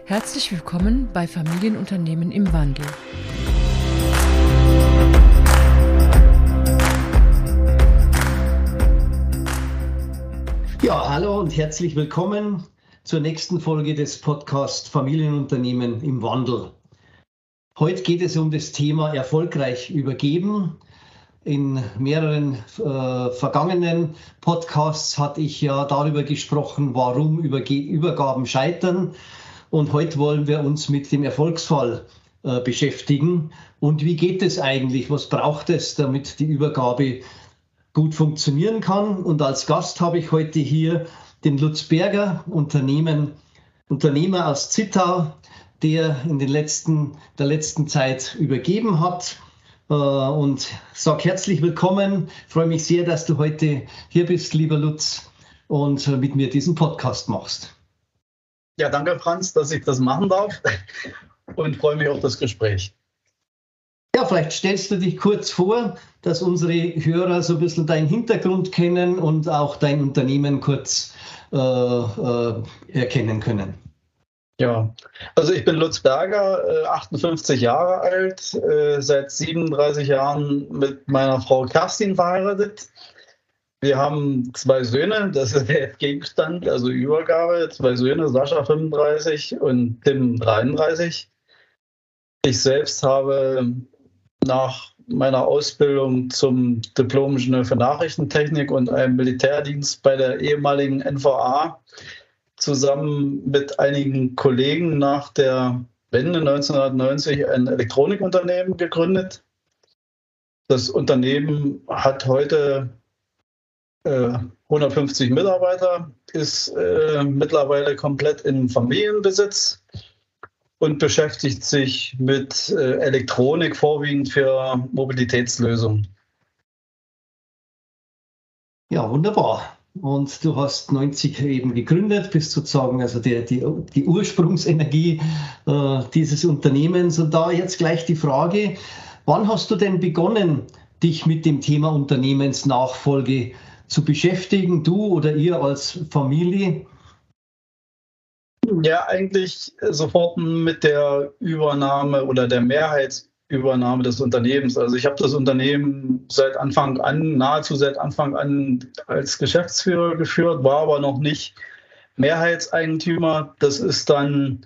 Herzlich willkommen bei Familienunternehmen im Wandel. Ja, hallo und herzlich willkommen zur nächsten Folge des Podcasts Familienunternehmen im Wandel. Heute geht es um das Thema erfolgreich übergeben. In mehreren vergangenen Podcasts hatte ich ja darüber gesprochen, warum Übergaben scheitern. Und heute wollen wir uns mit dem Erfolgsfall beschäftigen. Und wie geht es eigentlich? Was braucht es, damit die Übergabe gut funktionieren kann? Und als Gast habe ich heute hier den Lutz Berger, Unternehmer aus Zittau, der in der letzten Zeit übergeben hat. Und sage herzlich willkommen. Ich freue mich sehr, dass du heute hier bist, lieber Lutz, und mit mir diesen Podcast machst. Ja, danke Franz, dass ich das machen darf und freue mich auf das Gespräch. Ja, vielleicht stellst du dich kurz vor, dass unsere Hörer so ein bisschen deinen Hintergrund kennen und auch dein Unternehmen kurz erkennen können. Ja, also ich bin Lutz Berger, 58 Jahre alt, seit 37 Jahren mit meiner Frau Kerstin verheiratet. Wir haben 2 Söhne, das ist der Gegenstand, also Übergabe, 2 Söhne, Sascha 35 und Tim 33. Ich selbst habe nach meiner Ausbildung zum Diplom-Ingenieur für Nachrichtentechnik und einem Militärdienst bei der ehemaligen NVA zusammen mit einigen Kollegen nach der Wende 1990 ein Elektronikunternehmen gegründet. Das Unternehmen hat heute 150 Mitarbeiter, ist mittlerweile komplett in Familienbesitz und beschäftigt sich mit Elektronik vorwiegend für Mobilitätslösungen. Ja, wunderbar. Und du hast 90 eben gegründet, bist sozusagen also die Ursprungsenergie dieses Unternehmens. Und da jetzt gleich die Frage, wann hast du denn begonnen, dich mit dem Thema Unternehmensnachfolge zu beschäftigen, du oder ihr als Familie? Ja, eigentlich sofort mit der Übernahme oder der Mehrheitsübernahme des Unternehmens. Also ich habe das Unternehmen nahezu seit Anfang an als Geschäftsführer geführt, war aber noch nicht Mehrheitseigentümer. Das ist dann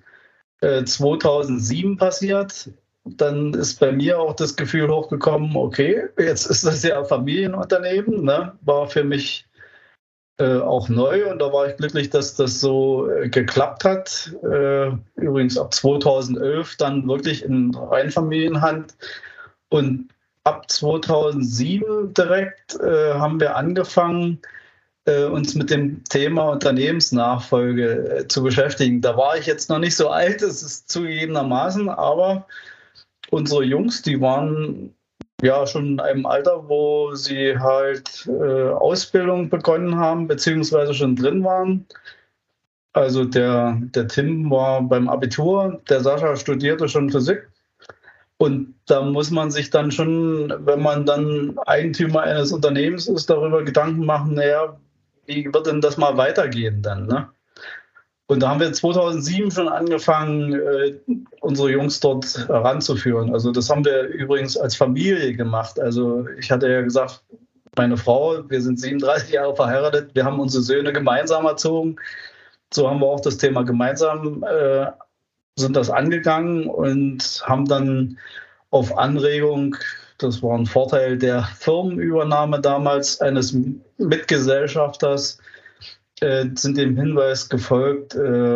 2007 passiert. Dann ist bei mir auch das Gefühl hochgekommen, okay, jetzt ist das ja ein Familienunternehmen, ne? War für mich auch neu und da war ich glücklich, dass das so geklappt hat. Übrigens ab 2011 dann wirklich in Reinfamilienhand und ab 2007 direkt haben wir angefangen, uns mit dem Thema Unternehmensnachfolge zu beschäftigen. Da war ich jetzt noch nicht so alt, das ist zugegebenermaßen, aber unsere Jungs, die waren ja schon in einem Alter, wo sie halt Ausbildung begonnen haben, beziehungsweise schon drin waren. Also der Tim war beim Abitur, der Sascha studierte schon Physik. Und da muss man sich dann schon, wenn man dann Eigentümer eines Unternehmens ist, darüber Gedanken machen, naja, wie wird denn das mal weitergehen dann, ne? Und da haben wir 2007 schon angefangen, unsere Jungs dort heranzuführen. Also das haben wir übrigens als Familie gemacht. Also ich hatte ja gesagt, meine Frau, wir sind 37 Jahre verheiratet, wir haben unsere Söhne gemeinsam erzogen. So haben wir auch das Thema gemeinsam, sind das angegangen und haben dann auf Anregung, das war ein Vorteil der Firmenübernahme damals, eines Mitgesellschafters, sind dem Hinweis gefolgt,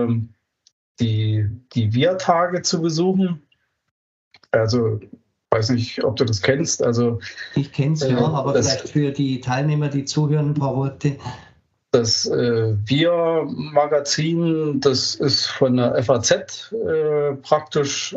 die Wir-Tage zu besuchen. Also, ich weiß nicht, ob du das kennst. Also, ich kenne es ja, aber vielleicht für die Teilnehmer, die zuhören, ein paar Worte. Das Wir-Magazin, das ist von der FAZ praktisch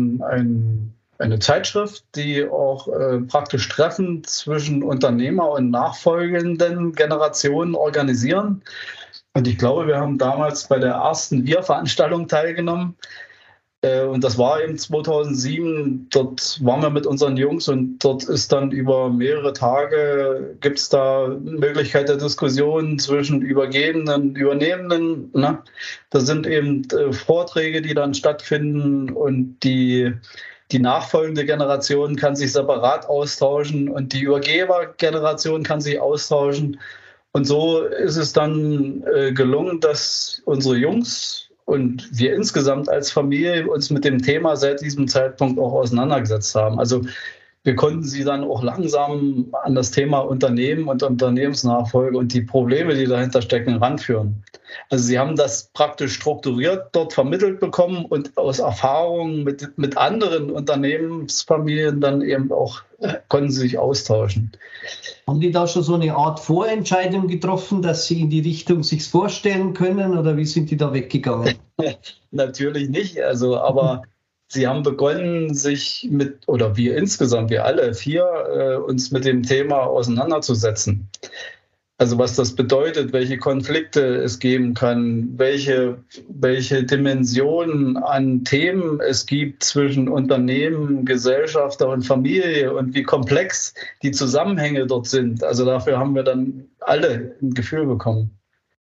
eine Zeitschrift, die auch praktisch Treffen zwischen Unternehmer und nachfolgenden Generationen organisieren. Und ich glaube, wir haben damals bei der ersten Wir-Veranstaltung teilgenommen. Und das war eben 2007, dort waren wir mit unseren Jungs und dort ist dann über mehrere Tage, gibt es da Möglichkeit der Diskussion zwischen Übergebenden und Übernehmenden. Ne? Da sind eben Vorträge, die dann stattfinden und die nachfolgende Generation kann sich separat austauschen und die Übergebergeneration kann sich austauschen. Und so ist es dann gelungen, dass unsere Jungs und wir insgesamt als Familie uns mit dem Thema seit diesem Zeitpunkt auch auseinandergesetzt haben. Also wir konnten sie dann auch langsam an das Thema Unternehmen und Unternehmensnachfolge und die Probleme, die dahinter stecken, ranführen. Also sie haben das praktisch strukturiert dort vermittelt bekommen und aus Erfahrungen mit anderen Unternehmensfamilien dann eben auch konnten sie sich austauschen. Haben die da schon so eine Art Vorentscheidung getroffen, dass sie in die Richtung sich vorstellen können oder wie sind die da weggegangen? Natürlich nicht, also aber sie haben begonnen, wir insgesamt, wir alle vier, uns mit dem Thema auseinanderzusetzen. Also was das bedeutet, welche Konflikte es geben kann, welche Dimensionen an Themen es gibt zwischen Unternehmen, Gesellschafter und Familie und wie komplex die Zusammenhänge dort sind. Also dafür haben wir dann alle ein Gefühl bekommen.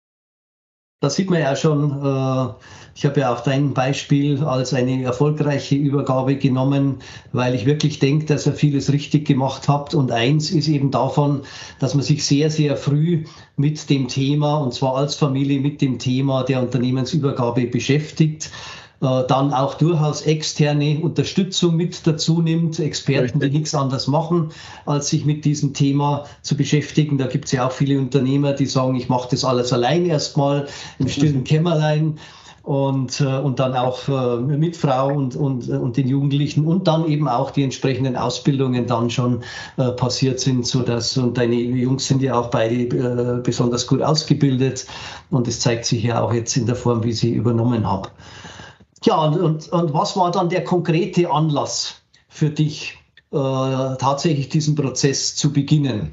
Da sieht man ja schon, ich habe ja auch dein Beispiel als eine erfolgreiche Übergabe genommen, weil ich wirklich denke, dass ihr vieles richtig gemacht habt. Und eins ist eben davon, dass man sich sehr, sehr früh mit dem Thema, und zwar als Familie mit dem Thema der Unternehmensübergabe beschäftigt. Dann auch durchaus externe Unterstützung mit dazu nimmt, Experten, die nichts anderes machen, als sich mit diesem Thema zu beschäftigen. Da gibt es ja auch viele Unternehmer, die sagen, ich mache das alles allein erstmal im stillen Kämmerlein und dann auch mit Frau und den Jugendlichen und dann eben auch die entsprechenden Ausbildungen dann schon passiert sind, sodass, und deine Jungs sind ja auch beide besonders gut ausgebildet und es zeigt sich ja auch jetzt in der Form, wie sie übernommen haben. Ja, und was war dann der konkrete Anlass für dich, tatsächlich diesen Prozess zu beginnen?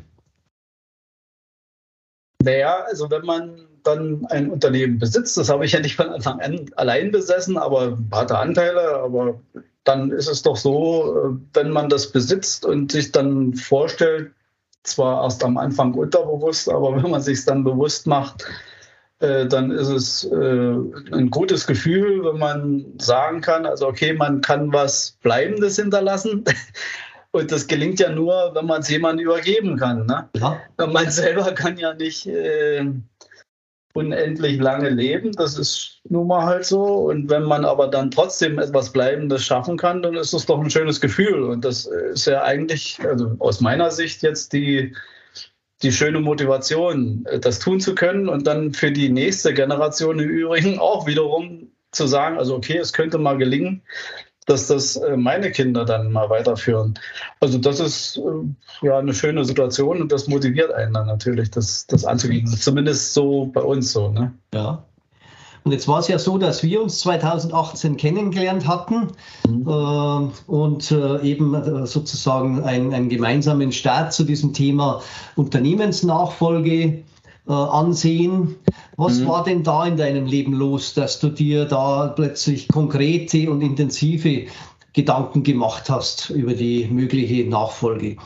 Naja, also wenn man dann ein Unternehmen besitzt, das habe ich ja nicht von Anfang an allein besessen, aber hatte Anteile, aber dann ist es doch so, wenn man das besitzt und sich dann vorstellt, zwar erst am Anfang unterbewusst, aber wenn man sich es dann bewusst macht, dann ist es ein gutes Gefühl, wenn man sagen kann, also okay, man kann was Bleibendes hinterlassen. Und das gelingt ja nur, wenn man es jemandem übergeben kann. Ne? Ja. Man selber kann ja nicht unendlich lange leben, das ist nun mal halt so. Und wenn man aber dann trotzdem etwas Bleibendes schaffen kann, dann ist das doch ein schönes Gefühl. Und das ist ja eigentlich, also aus meiner Sicht jetzt die schöne Motivation, das tun zu können und dann für die nächste Generation im Übrigen auch wiederum zu sagen, also okay, es könnte mal gelingen, dass das meine Kinder dann mal weiterführen. Also das ist ja eine schöne Situation und das motiviert einen dann natürlich, das anzugehen. Zumindest so bei uns so. Ne? Ja. Und jetzt war es ja so, dass wir uns 2018 kennengelernt hatten und eben sozusagen einen gemeinsamen Start zu diesem Thema Unternehmensnachfolge ansehen. Was war denn da in deinem Leben los, dass du dir da plötzlich konkrete und intensive Gedanken gemacht hast über die mögliche Nachfolge?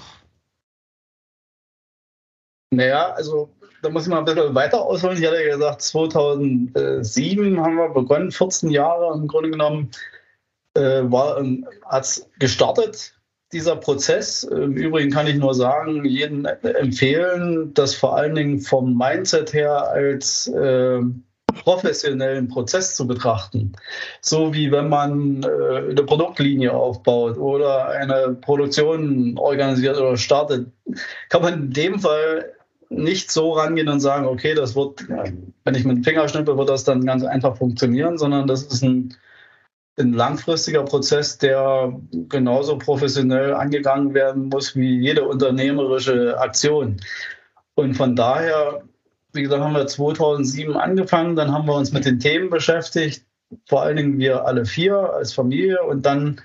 Naja, also da muss ich mal ein bisschen weiter ausholen. Ich hatte ja gesagt, 2007 haben wir begonnen, 14 Jahre im Grunde genommen hat es gestartet, dieser Prozess. Im Übrigen kann ich nur sagen, jedem empfehlen, das vor allen Dingen vom Mindset her als professionellen Prozess zu betrachten. So wie wenn man eine Produktlinie aufbaut oder eine Produktion organisiert oder startet, kann man in dem Fall nicht so rangehen und sagen, okay, das wird, wenn ich mit dem Finger schnippe, wird das dann ganz einfach funktionieren, sondern das ist ein langfristiger Prozess, der genauso professionell angegangen werden muss wie jede unternehmerische Aktion. Und von daher, wie gesagt, haben wir 2007 angefangen, dann haben wir uns mit den Themen beschäftigt, vor allen Dingen wir alle vier als Familie. Und dann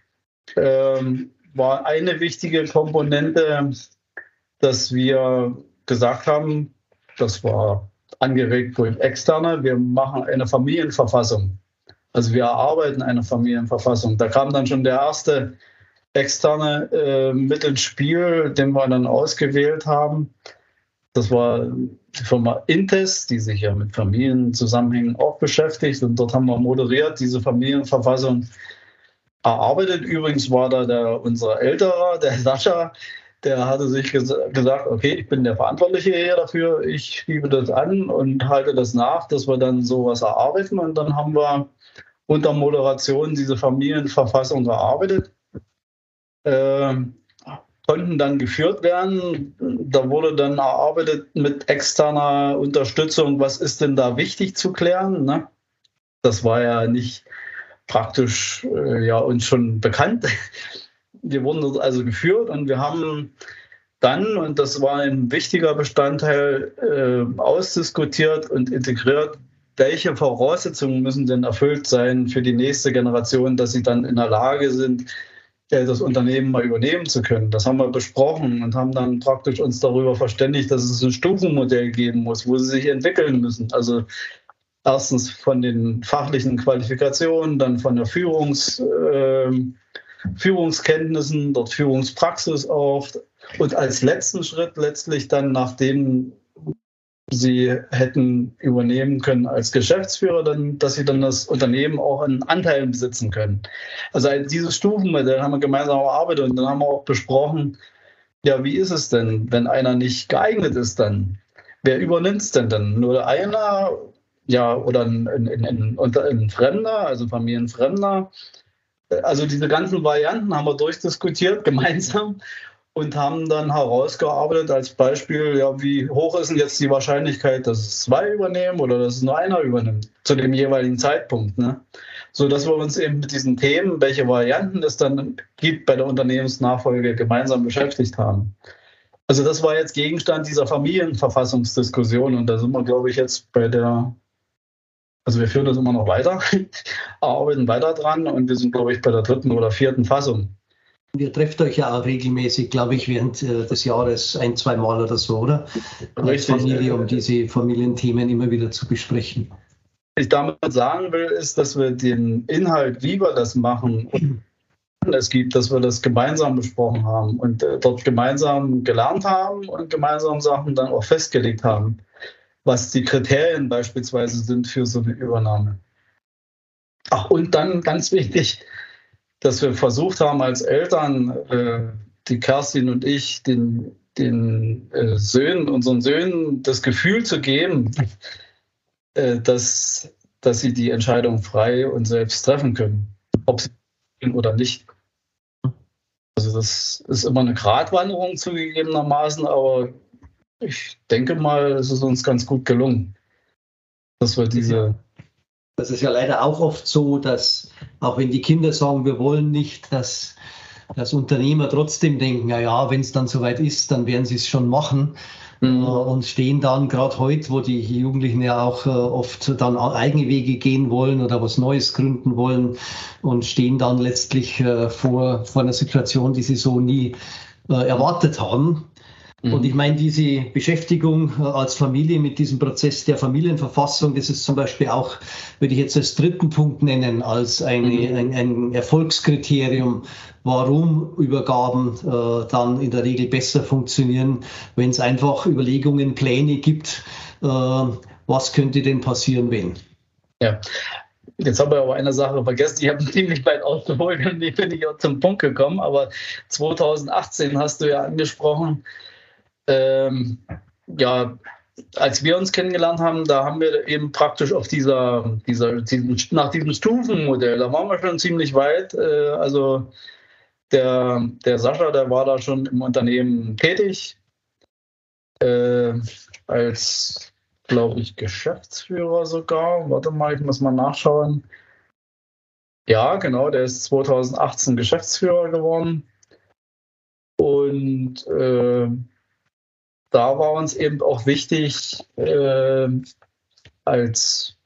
war eine wichtige Komponente, dass wir gesagt haben, das war angeregt durch Externe, wir machen eine Familienverfassung. Also wir erarbeiten eine Familienverfassung. Da kam dann schon der erste externe mit ins Spiel, den wir dann ausgewählt haben. Das war die Firma Intes, die sich ja mit Familienzusammenhängen auch beschäftigt. Und dort haben wir moderiert diese Familienverfassung erarbeitet. Übrigens war da unser Älterer, der Sascha, der hatte sich gesagt, okay, ich bin der Verantwortliche hier dafür, ich schiebe das an und halte das nach, dass wir dann sowas erarbeiten. Und dann haben wir unter Moderation diese Familienverfassung erarbeitet. Konnten dann geführt werden. Da wurde dann erarbeitet mit externer Unterstützung, was ist denn da wichtig zu klären. Ne? Das war ja nicht praktisch uns schon bekannt. Wir wurden dort also geführt und wir haben dann, und das war ein wichtiger Bestandteil, ausdiskutiert und integriert, welche Voraussetzungen müssen denn erfüllt sein für die nächste Generation, dass sie dann in der Lage sind, das Unternehmen mal übernehmen zu können. Das haben wir besprochen und haben dann praktisch uns darüber verständigt, dass es ein Stufenmodell geben muss, wo sie sich entwickeln müssen. Also erstens von den fachlichen Qualifikationen, dann von der Führungskenntnissen, dort Führungspraxis auch. Und als letzten Schritt letztlich dann, nachdem sie hätten übernehmen können als Geschäftsführer, dann, dass sie dann das Unternehmen auch in Anteilen besitzen können. Also dieses Stufenmodell haben wir gemeinsam erarbeitet und dann haben wir auch besprochen, ja, wie ist es denn, wenn einer nicht geeignet ist dann? Wer übernimmt es denn dann? Nur einer, ja, oder ein Fremder, also Familienfremder? Also diese ganzen Varianten haben wir durchdiskutiert gemeinsam und haben dann herausgearbeitet als Beispiel, ja, wie hoch ist denn jetzt die Wahrscheinlichkeit, dass es 2 übernehmen oder dass es nur einer übernimmt zu dem jeweiligen Zeitpunkt. Ne? So dass wir uns eben mit diesen Themen, welche Varianten es dann gibt bei der Unternehmensnachfolge, gemeinsam beschäftigt haben. Also das war jetzt Gegenstand dieser Familienverfassungsdiskussion und da sind wir, glaube ich, jetzt also wir führen das immer noch weiter, arbeiten weiter dran und wir sind, glaube ich, bei der 3. oder 4. Fassung. Ihr trefft euch ja auch regelmäßig, glaube ich, während des Jahres 1-2 Mal oder so, oder? Als Familie, um diese Familienthemen immer wieder zu besprechen. Was ich damit sagen will, ist, dass wir den Inhalt, wie wir das machen, es gibt, dass wir das gemeinsam besprochen haben und dort gemeinsam gelernt haben und gemeinsam Sachen dann auch festgelegt haben, was die Kriterien beispielsweise sind für so eine Übernahme. Ach, und dann ganz wichtig, dass wir versucht haben als Eltern, die Kerstin und ich, unseren Söhnen das Gefühl zu geben, dass sie die Entscheidung frei und selbst treffen können, ob sie oder nicht. Also das ist immer eine Gratwanderung zugegebenermaßen, aber ich denke mal, es ist uns ganz gut gelungen, dass wir diese... Das ist ja leider auch oft so, dass auch wenn die Kinder sagen, wir wollen nicht, dass Unternehmer trotzdem denken, ja, wenn es dann soweit ist, dann werden sie es schon machen. Und stehen dann gerade heute, wo die Jugendlichen ja auch oft dann eigene Wege gehen wollen oder was Neues gründen wollen und stehen dann letztlich vor einer Situation, die sie so nie erwartet haben. Und ich meine, diese Beschäftigung als Familie mit diesem Prozess der Familienverfassung, das ist zum Beispiel auch, würde ich jetzt als 3. Punkt nennen, als ein Erfolgskriterium, warum Übergaben dann in der Regel besser funktionieren, wenn es einfach Überlegungen, Pläne gibt, was könnte denn passieren, wenn? Ja. Jetzt habe ich aber eine Sache vergessen, ich habe ziemlich weit ausgeholt und die bin ich auch zum Punkt gekommen, aber 2018 hast du ja angesprochen, als wir uns kennengelernt haben, da haben wir eben praktisch auf nach diesem Stufenmodell, da waren wir schon ziemlich weit. Also der Sascha, der war da schon im Unternehmen tätig, als, glaube ich, Geschäftsführer sogar. Warte mal, ich muss mal nachschauen. Ja, genau, der ist 2018 Geschäftsführer geworden. Und da war uns eben auch wichtig, als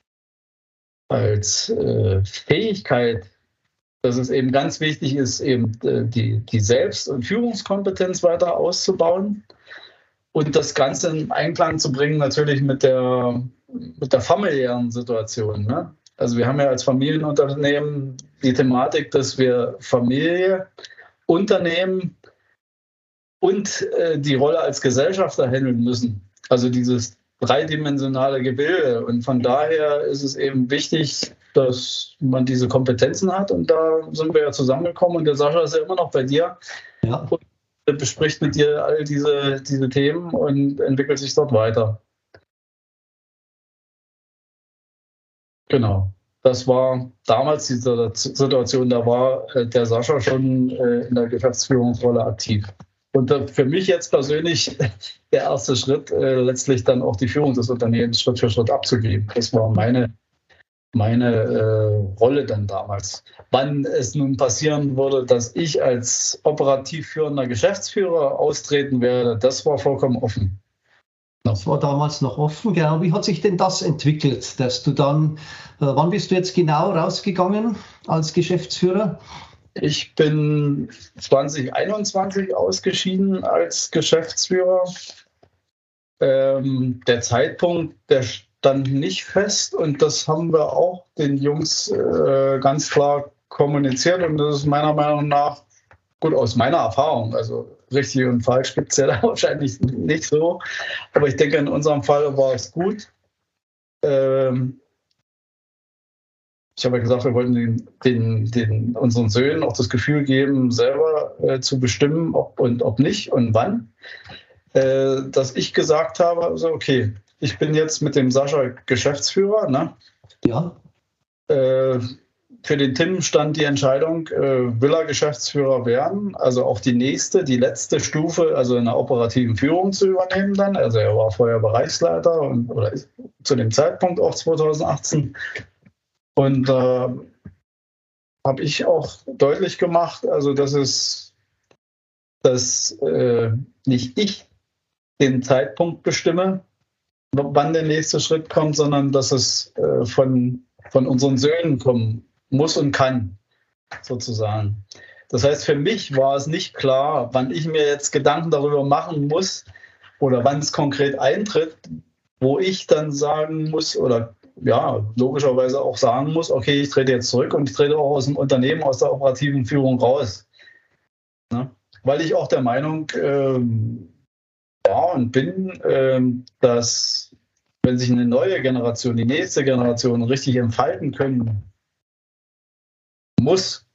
Fähigkeit, dass es eben ganz wichtig ist, eben die Selbst- und Führungskompetenz weiter auszubauen und das Ganze in Einklang zu bringen, natürlich mit der familiären Situation. Ne? Also wir haben ja als Familienunternehmen die Thematik, dass wir Familie, Unternehmen und die Rolle als Gesellschafter handeln müssen. Also dieses dreidimensionale Gebilde. Und von daher ist es eben wichtig, dass man diese Kompetenzen hat. Und da sind wir ja zusammengekommen. Und der Sascha ist ja immer noch bei dir. Ja. Und bespricht mit dir all diese Themen und entwickelt sich dort weiter. Genau. Das war damals die Situation, da war der Sascha schon in der Geschäftsführungsrolle aktiv. Und für mich jetzt persönlich der erste Schritt, letztlich dann auch die Führung des Unternehmens Schritt für Schritt abzugeben. Das war meine Rolle dann damals. Wann es nun passieren würde, dass ich als operativ führender Geschäftsführer austreten werde, das war vollkommen offen. Das war damals noch offen, genau. Wie hat sich denn das entwickelt, dass du dann, wann bist du jetzt genau rausgegangen als Geschäftsführer? Ich bin 2021 ausgeschieden als Geschäftsführer. Der Zeitpunkt, der stand nicht fest und das haben wir auch den Jungs ganz klar kommuniziert und das ist meiner Meinung nach, gut aus meiner Erfahrung, also richtig und falsch gibt es ja da wahrscheinlich nicht so, aber ich denke, in unserem Fall war es gut. Ich habe ja gesagt, wir wollten unseren Söhnen auch das Gefühl geben, selber zu bestimmen, ob und ob nicht und wann. Dass ich gesagt habe, also okay, ich bin jetzt mit dem Sascha Geschäftsführer. Ne? Ja. Für den Tim stand die Entscheidung, will er Geschäftsführer werden, also auch die letzte Stufe, also in der operativen Führung zu übernehmen dann. Also er war vorher Bereichsleiter oder ist zu dem Zeitpunkt auch 2018. Und habe ich auch deutlich gemacht, also dass nicht ich den Zeitpunkt bestimme, wann der nächste Schritt kommt, sondern dass es von unseren Söhnen kommen muss und kann, sozusagen. Das heißt, für mich war es nicht klar, wann ich mir jetzt Gedanken darüber machen muss oder wann es konkret eintritt, wo ich dann sagen muss oder ja, logischerweise auch sagen muss, okay, ich trete jetzt zurück und ich trete auch aus dem Unternehmen, aus der operativen Führung raus. Ne? Weil ich auch der Meinung war und bin, dass wenn sich eine neue Generation, die nächste Generation richtig entfalten können muss,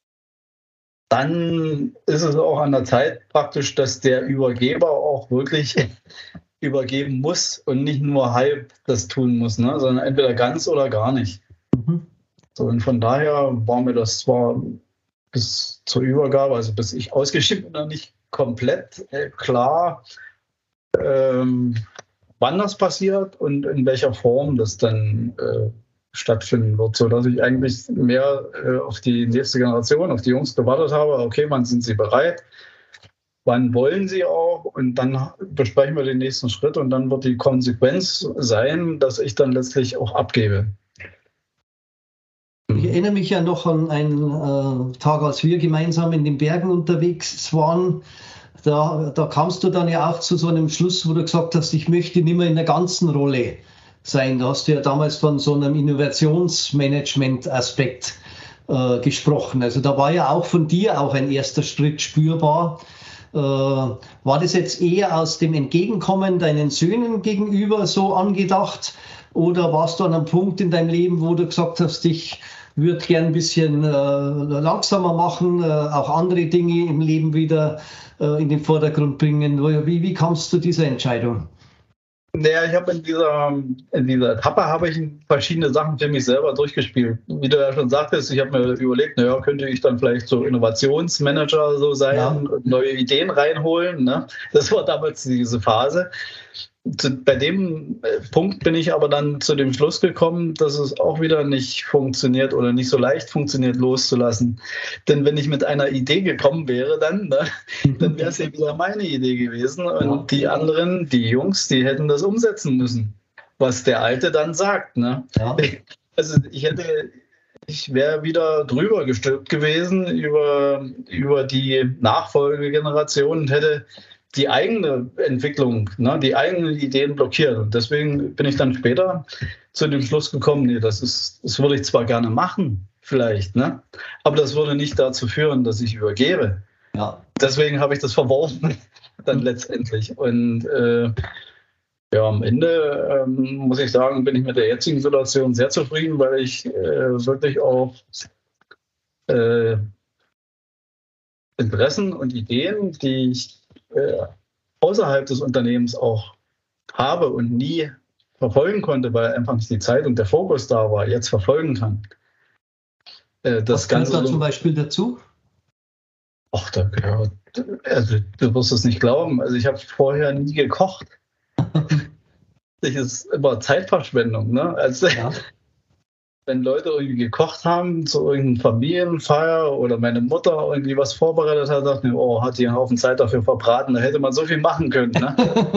dann ist es auch an der Zeit praktisch, dass der Übergeber auch wirklich übergeben muss und nicht nur halb das tun muss, ne? Sondern entweder ganz oder gar nicht. Mhm. So, und von daher war mir das zwar bis zur Übergabe, also bis ich ausgeschieden bin, noch nicht komplett klar, wann das passiert und in welcher Form das dann stattfinden wird, sodass ich eigentlich mehr auf die nächste Generation, auf die Jungs gewartet habe. Okay, wann sind sie bereit? Wann wollen sie auch? Und dann besprechen wir den nächsten Schritt und dann wird die Konsequenz sein, dass ich dann letztlich auch abgebe. Ich erinnere mich ja noch an einen Tag, als wir gemeinsam in den Bergen unterwegs waren. Da kamst du dann ja auch zu so einem Schluss, wo du gesagt hast, ich möchte nicht mehr in der ganzen Rolle sein. Da hast du ja damals von so einem Innovationsmanagement-Aspekt gesprochen. Also da war ja auch von dir auch ein erster Schritt spürbar. War das jetzt eher aus dem Entgegenkommen deinen Söhnen gegenüber so angedacht oder warst du an einem Punkt in deinem Leben, wo du gesagt hast, ich würde gern ein bisschen langsamer machen, auch andere Dinge im Leben wieder in den Vordergrund bringen? Wie kamst du zu dieser Entscheidung? Naja, ich habe in dieser Etappe habe ich verschiedene Sachen für mich selber durchgespielt. Wie du ja schon sagtest, ich habe mir überlegt, naja, könnte ich dann vielleicht so Innovationsmanager so sein und neue Ideen reinholen. Ne? Das war damals diese Phase. Bei dem Punkt bin ich aber dann zu dem Schluss gekommen, dass es auch wieder nicht funktioniert oder nicht so leicht funktioniert, loszulassen. Denn wenn ich mit einer Idee gekommen wäre, dann wäre es ja wieder meine Idee gewesen. Und die anderen, die Jungs, die hätten das umsetzen müssen, was der Alte dann sagt. Ne? Ja. Also ich wäre wieder drüber gestülpt gewesen über die Nachfolgegeneration und hätte die eigene Entwicklung, ne, die eigenen Ideen blockiert. Und deswegen bin ich dann später zu dem Schluss gekommen, nee, das würde ich zwar gerne machen, vielleicht, ne, aber das würde nicht dazu führen, dass ich übergebe. Ja. Deswegen habe ich das verworfen dann letztendlich. Und am Ende muss ich sagen, bin ich mit der jetzigen Situation sehr zufrieden, weil ich wirklich auch Interessen und Ideen, die ich außerhalb des Unternehmens auch habe und nie verfolgen konnte, weil einfach nicht die Zeit und der Fokus da war, jetzt verfolgen kann. Was gehört da zum Beispiel dazu? Ach, da gehört, also, du wirst es nicht glauben. Also ich habe vorher nie gekocht. Das ist immer Zeitverschwendung. Ne? Also, wenn Leute irgendwie gekocht haben zu irgendeiner Familienfeier oder meine Mutter irgendwie was vorbereitet hat, dachte ich, oh, hat die einen Haufen Zeit dafür verbraten, da hätte man so viel machen können. Ne?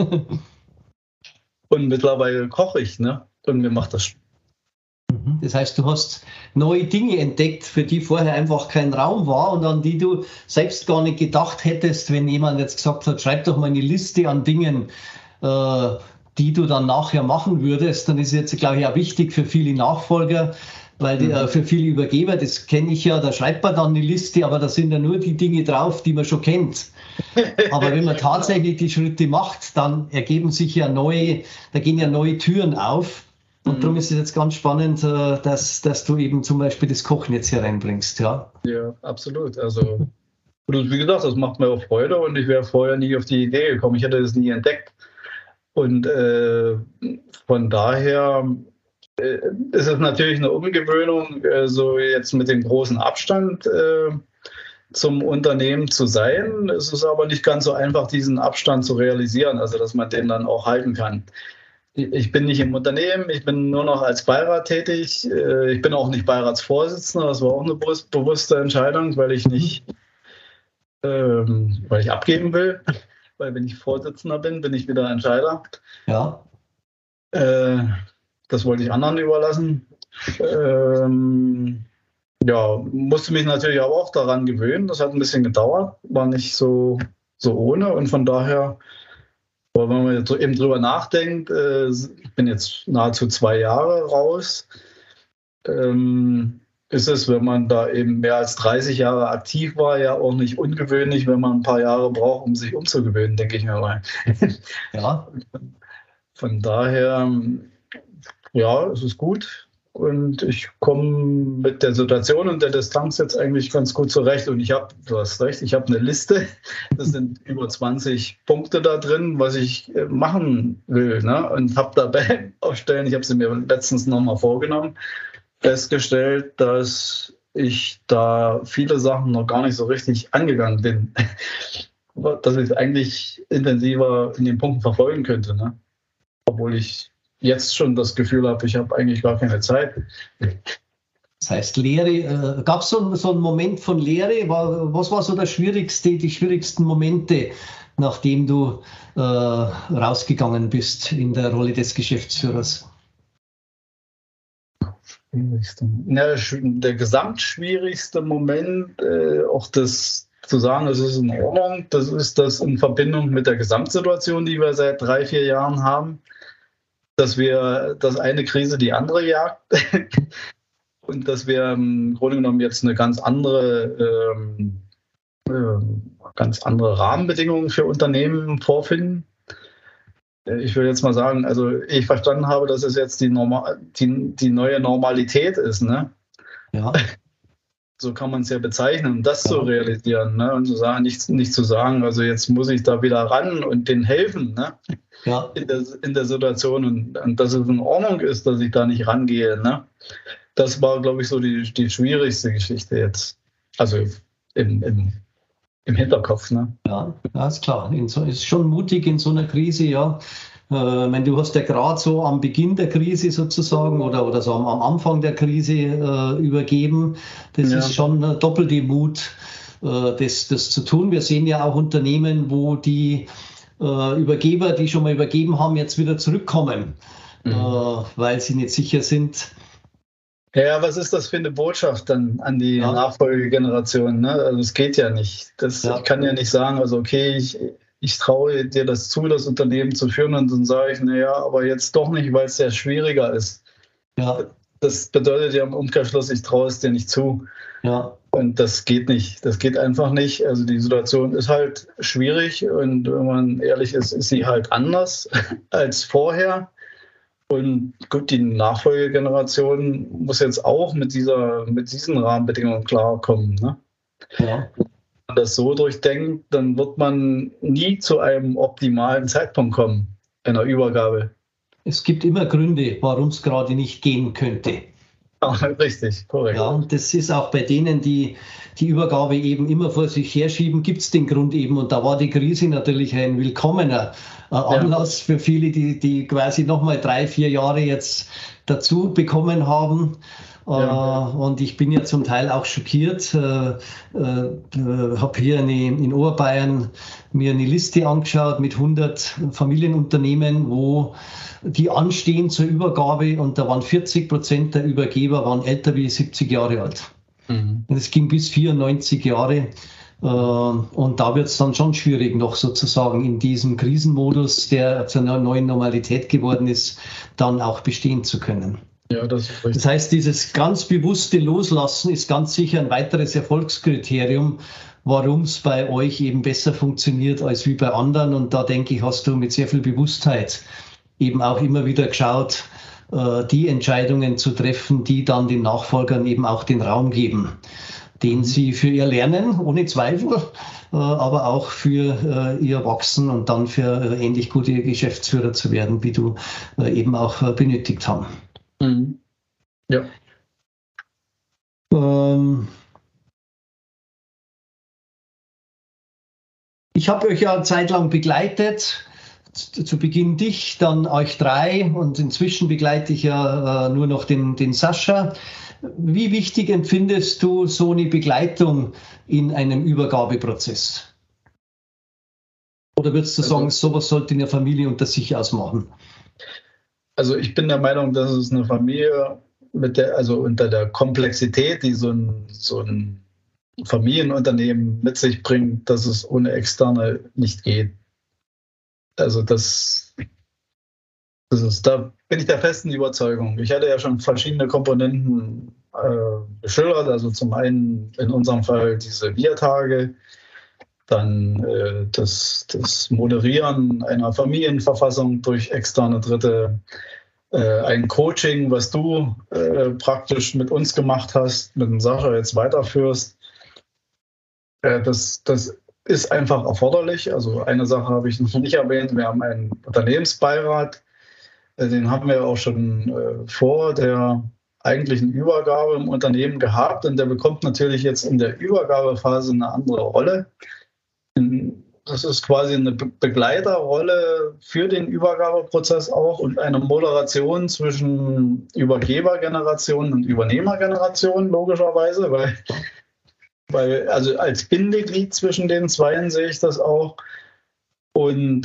Und mittlerweile koche ich, ne? Und mir macht das Spaß. Das heißt, du hast neue Dinge entdeckt, für die vorher einfach kein Raum war und an die du selbst gar nicht gedacht hättest, wenn jemand jetzt gesagt hat, schreib doch mal eine Liste an Dingen, die du dann nachher machen würdest. Dann ist jetzt, glaube ich, auch wichtig für viele Nachfolger, weil für viele Übergeber, das kenne ich ja, da schreibt man dann die Liste, aber da sind ja nur die Dinge drauf, die man schon kennt. Aber wenn man tatsächlich die Schritte macht, dann ergeben sich ja da gehen ja neue Türen auf. Und darum ist es jetzt ganz spannend, dass du eben zum Beispiel das Kochen jetzt hier reinbringst. Ja, ja, absolut. Also, wie gesagt, das macht mir auch Freude und ich wäre vorher nie auf die Idee gekommen. Ich hätte das nie entdeckt. Und von daher ist es natürlich eine Umgewöhnung, so jetzt mit dem großen Abstand zum Unternehmen zu sein. Es ist aber nicht ganz so einfach, diesen Abstand zu realisieren, also dass man den dann auch halten kann. Ich bin nicht im Unternehmen, ich bin nur noch als Beirat tätig. Ich bin auch nicht Beiratsvorsitzender, das war auch eine bewusste Entscheidung, weil ich abgeben will. Weil wenn ich Vorsitzender bin, bin ich wieder Entscheider. Ja. Das wollte ich anderen überlassen. Musste mich natürlich aber auch daran gewöhnen. Das hat ein bisschen gedauert, war nicht so ohne. Und von daher, wenn man jetzt eben drüber nachdenkt, ich bin jetzt nahezu 2 Jahre raus, ist es, wenn man da eben mehr als 30 Jahre aktiv war, ja auch nicht ungewöhnlich, wenn man ein paar Jahre braucht, um sich umzugewöhnen, denke ich mir mal. Ja. Von daher, ja, es ist gut und ich komme mit der Situation und der Distanz jetzt eigentlich ganz gut zurecht. Und du hast recht, ich habe eine Liste, das sind über 20 Punkte da drin, was ich machen will, ne? Und habe dabei aufstellen, ich habe sie mir letztens nochmal vorgenommen, festgestellt, dass ich da viele Sachen noch gar nicht so richtig angegangen bin. Dass ich es eigentlich intensiver in den Punkten verfolgen könnte. Ne? Obwohl ich jetzt schon das Gefühl habe, ich habe eigentlich gar keine Zeit. Das heißt, Lehre, gab es so einen Moment von Lehre? Was war so die schwierigsten Momente, nachdem du rausgegangen bist in der Rolle des Geschäftsführers? Der gesamtschwierigste Moment, auch das zu sagen, es ist in Ordnung, das ist das in Verbindung mit der Gesamtsituation, die wir seit 3-4 Jahren haben, dass eine Krise die andere jagt und dass wir im Grunde genommen jetzt eine ganz andere Rahmenbedingungen für Unternehmen vorfinden. Ich will jetzt mal sagen, also ich verstanden habe, dass es jetzt die neue Normalität ist, ne? Ja. So kann man es ja bezeichnen, um das zu realisieren, ne? Und zu sagen, nicht zu sagen, also jetzt muss ich da wieder ran und denen helfen, ne? Ja. In der Situation und dass es in Ordnung ist, dass ich da nicht rangehe, ne? Das war, glaube ich, so die schwierigste Geschichte jetzt. Also im Hinterkopf, ne? Ja, ist klar. Ist schon mutig in so einer Krise, ja. Du hast ja gerade so am Beginn der Krise sozusagen oder so am Anfang der Krise übergeben. Das ist schon doppelte Mut, das zu tun. Wir sehen ja auch Unternehmen, wo die Übergeber, die schon mal übergeben haben, jetzt wieder zurückkommen, weil sie nicht sicher sind. Ja, was ist das für eine Botschaft dann an die Nachfolgegeneration? Ne? Also es geht ja nicht. Ich kann ja nicht sagen, also okay, ich traue dir das zu, das Unternehmen zu führen, und dann sage ich, naja, aber jetzt doch nicht, weil es sehr schwieriger ist. Ja. Das bedeutet ja im Umkehrschluss, ich traue es dir nicht zu. Ja. Und das geht nicht. Das geht einfach nicht. Also die Situation ist halt schwierig, und wenn man ehrlich ist, ist sie halt anders als vorher. Und gut, die Nachfolgegeneration muss jetzt auch mit diesen Rahmenbedingungen klarkommen. Ne? Ja. Wenn man das so durchdenkt, dann wird man nie zu einem optimalen Zeitpunkt kommen, einer Übergabe. Es gibt immer Gründe, warum es gerade nicht gehen könnte. Richtig, korrekt. Ja, und das ist auch bei denen, die die Übergabe eben immer vor sich herschieben, gibt es den Grund eben. Und da war die Krise natürlich ein willkommener Anlass für viele, die quasi nochmal 3-4 Jahre jetzt dazu bekommen haben. Und ich bin ja zum Teil auch schockiert. Habe hier in Oberbayern mir eine Liste angeschaut mit 100 Familienunternehmen, wo die anstehen zur Übergabe, und da waren 40% der Übergeber waren älter wie 70 Jahre alt. Und es ging bis 94 Jahre. Und da wird es dann schon schwierig, noch sozusagen in diesem Krisenmodus, der zu einer neuen Normalität geworden ist, dann auch bestehen zu können. Ja, das ist richtig. Das heißt, dieses ganz bewusste Loslassen ist ganz sicher ein weiteres Erfolgskriterium, warum es bei euch eben besser funktioniert als wie bei anderen. Und da denke ich, hast du mit sehr viel Bewusstheit eben auch immer wieder geschaut, die Entscheidungen zu treffen, die dann den Nachfolgern eben auch den Raum geben, den sie für ihr Lernen, ohne Zweifel, aber auch für ihr Wachsen und dann für ähnlich gute Geschäftsführer zu werden, wie du eben auch benötigt haben. Ja. Ich habe euch ja eine Zeit lang begleitet, zu Beginn dich, dann euch drei, und inzwischen begleite ich ja nur noch den Sascha. Wie wichtig empfindest du so eine Begleitung in einem Übergabeprozess? Oder würdest du sagen, sowas sollte eine Familie unter sich ausmachen? Also ich bin der Meinung, dass es eine Familie unter der Komplexität, die so ein Familienunternehmen mit sich bringt, dass es ohne Externe nicht geht. Also da bin ich der festen Überzeugung. Ich hatte ja schon verschiedene Komponenten geschildert. Also zum einen in unserem Fall diese Wir-Tage, dann das Moderieren einer Familienverfassung durch externe Dritte, ein Coaching, was du praktisch mit uns gemacht hast, mit dem Sascha jetzt weiterführst. Das ist einfach erforderlich. Also eine Sache habe ich noch nicht erwähnt. Wir haben einen Unternehmensbeirat. Den haben wir auch schon vor der eigentlichen Übergabe im Unternehmen gehabt. Und der bekommt natürlich jetzt in der Übergabephase eine andere Rolle. Das ist quasi eine Begleiterrolle für den Übergabeprozess auch und eine Moderation zwischen Übergebergeneration und Übernehmergeneration, logischerweise, weil also als Bindeglied zwischen den Zweien sehe ich das auch. Und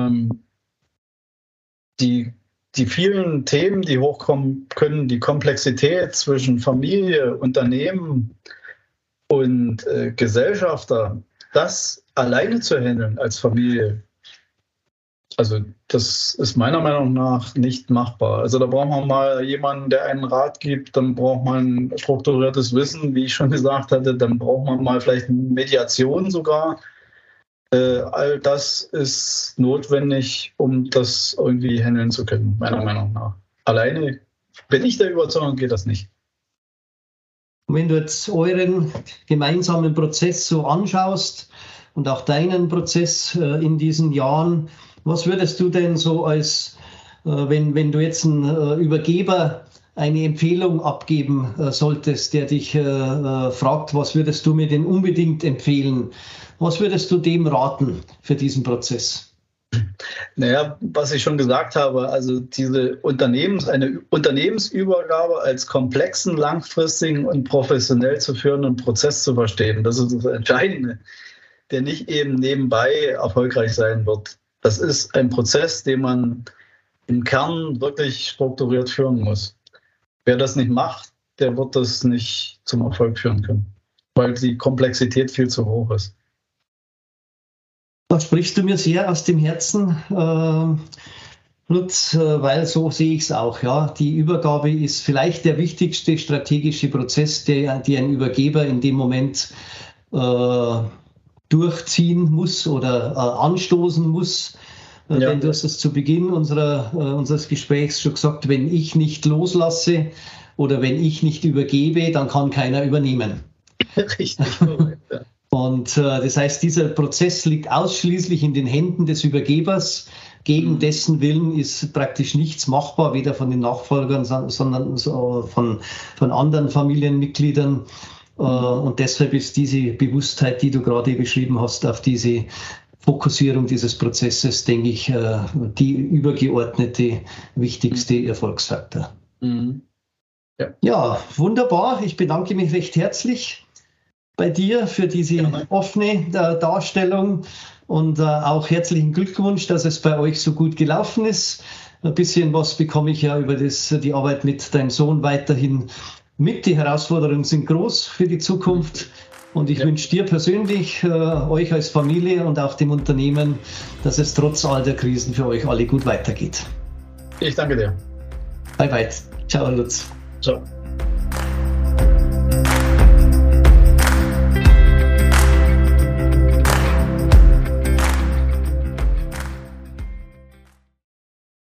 die vielen Themen, die hochkommen können, die Komplexität zwischen Familie, Unternehmen und Gesellschafter, das alleine zu handeln als Familie, also das ist meiner Meinung nach nicht machbar. Also da braucht man mal jemanden, der einen Rat gibt, dann braucht man strukturiertes Wissen, wie ich schon gesagt hatte, dann braucht man mal vielleicht Mediation sogar. All das ist notwendig, um das irgendwie handeln zu können, meiner Meinung nach. Alleine bin ich der Überzeugung, geht das nicht. Wenn du jetzt euren gemeinsamen Prozess so anschaust und auch deinen Prozess in diesen Jahren, was würdest du denn so als, wenn du jetzt einen Übergeber eine Empfehlung abgeben solltest, der dich fragt, was würdest du mir denn unbedingt empfehlen? Was würdest du dem raten für diesen Prozess? Naja, was ich schon gesagt habe, also eine Unternehmensübergabe als komplexen, langfristigen und professionell zu führenden Prozess zu verstehen, das ist das Entscheidende, der nicht eben nebenbei erfolgreich sein wird. Das ist ein Prozess, den man im Kern wirklich strukturiert führen muss. Wer das nicht macht, der wird das nicht zum Erfolg führen können, weil die Komplexität viel zu hoch ist. Da sprichst du mir sehr aus dem Herzen, Lutz, weil so sehe ich es auch. Ja. Die Übergabe ist vielleicht der wichtigste strategische Prozess, die ein Übergeber in dem Moment durchziehen muss oder anstoßen muss. Ja. Denn du hast es zu Beginn unseres Gesprächs schon gesagt, wenn ich nicht loslasse oder wenn ich nicht übergebe, dann kann keiner übernehmen. Richtig. Ja. Und das heißt, dieser Prozess liegt ausschließlich in den Händen des Übergebers. Gegen dessen Willen ist praktisch nichts machbar, weder von den Nachfolgern, sondern von anderen Familienmitgliedern. Und deshalb ist diese Bewusstheit, die du gerade beschrieben hast, auf diese Fokussierung dieses Prozesses, denke ich, die übergeordnete, wichtigste Erfolgsfaktor. Mhm. Ja, wunderbar. Ich bedanke mich recht herzlich bei dir für diese offene Darstellung und auch herzlichen Glückwunsch, dass es bei euch so gut gelaufen ist. Ein bisschen was bekomme ich ja über die Arbeit mit deinem Sohn weiterhin mit. Die Herausforderungen sind groß für die Zukunft. Und ich wünsche dir persönlich, euch als Familie und auch dem Unternehmen, dass es trotz all der Krisen für euch alle gut weitergeht. Ich danke dir. Bye bye. Ciao, Lutz. Ciao.